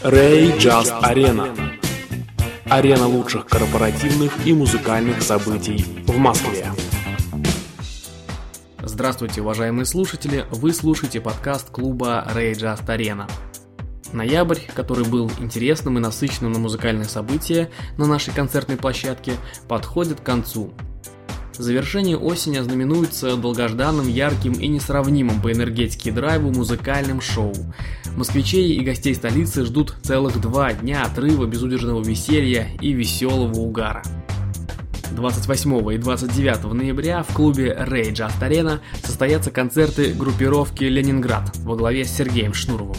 Ray Just Arena. Арена лучших корпоративных и музыкальных событий в Москве. Здравствуйте, уважаемые слушатели! Вы слушаете подкаст клуба Ray Just Arena. Ноябрь, который был интересным и насыщенным на музыкальные события на нашей концертной площадке, подходит к концу. Завершение осени ознаменуется долгожданным, ярким и несравнимым по энергетике и драйву музыкальным шоу. Москвичей и гостей столицы ждут целых 2 дня отрыва, безудержного веселья и веселого угара. 28 и 29 ноября в клубе Ray Just Arena состоятся концерты группировки «Ленинград» во главе с Сергеем Шнуровым.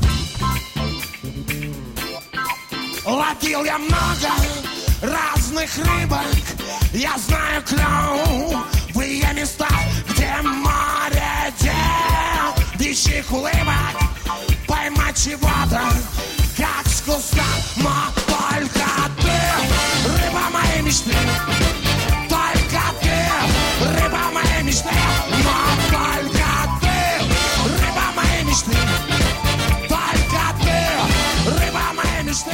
Ловил я много разных рыбок, я знаю клевые места, где море дел, дичьих улыбок, поймать чего-то, как с куста, но только ты, рыба моей мечты, только ты, рыба моей мечты, но только ты, рыба моей мечты, только ты, рыба моей мечты.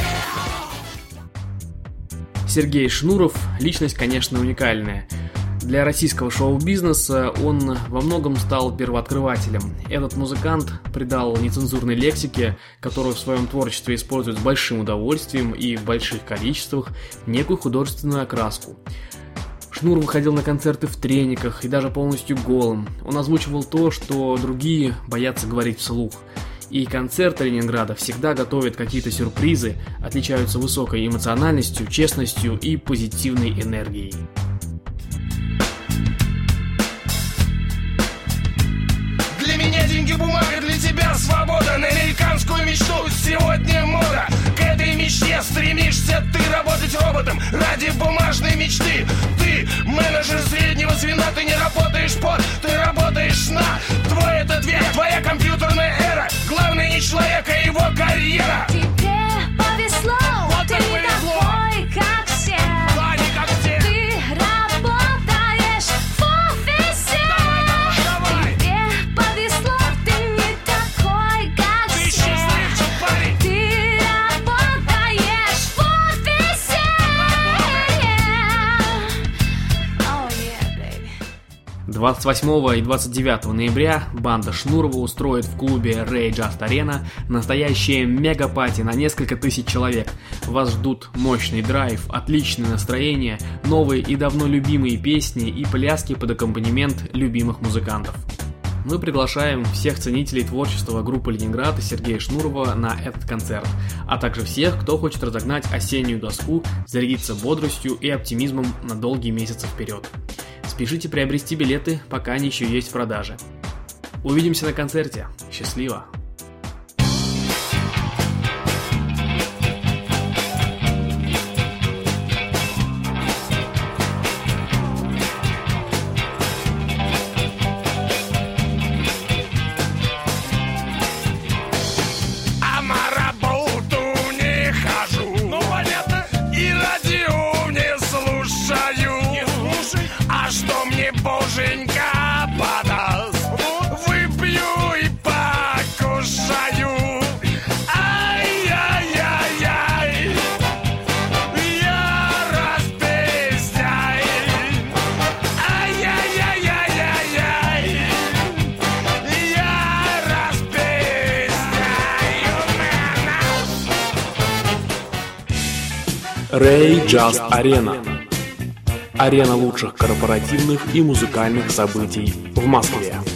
Сергей Шнуров – личность, конечно, уникальная. Для российского шоу-бизнеса он во многом стал первооткрывателем. Этот музыкант придал нецензурной лексике, которую в своем творчестве использует с большим удовольствием и в больших количествах, некую художественную окраску. Шнур выходил на концерты в трениках и даже полностью голым. Он озвучивал то, что другие боятся говорить вслух. И концерты Ленинграда всегда готовят какие-то сюрпризы, отличаются высокой эмоциональностью, честностью и позитивной энергией. Для меня деньги, бумага, для тебя свобода. На американскую мечту сегодня мода. К этой мечте стремишься ты работать роботом ради бумажной мечты. Ты менеджер среднего звена, ты не работаешь под, ты работаешь на. Твой этот век, твоя компьютерная эра. Главное не человек, а его карьера. Тебе повезло, вот ты так не повезло. такой, как все. Да, не как все. Ты работаешь в офисе. Давай. Тебе повезло, ты не такой, как Ты все. счастливчик, парень. Ты работаешь в офисе. Oh yeah, baby. 28 и 29 ноября банда Шнурова устроит в клубе Ray Just Arena настоящее мега-пати на несколько тысяч человек. Вас ждут мощный драйв, отличное настроение, новые и давно любимые песни и пляски под аккомпанемент любимых музыкантов. Мы приглашаем всех ценителей творчества группы Ленинград и Сергея Шнурова на этот концерт, а также всех, кто хочет разогнать осеннюю доску, зарядиться бодростью и оптимизмом на долгие месяцы вперед. Спешите приобрести билеты, пока они еще есть в продаже. Увидимся на концерте. Счастливо! А на работу не хожу. Ну, понятно. И радио не слушаю. Не слушай. А что мне боженька подаст? Выпью и покушаю. Ай-яй-яй-яй. Я распиздяй. Ай-яй-яй-яй-яй. Я распиздяй. Ray Just Arena. Арена лучших корпоративных и музыкальных событий в Москве.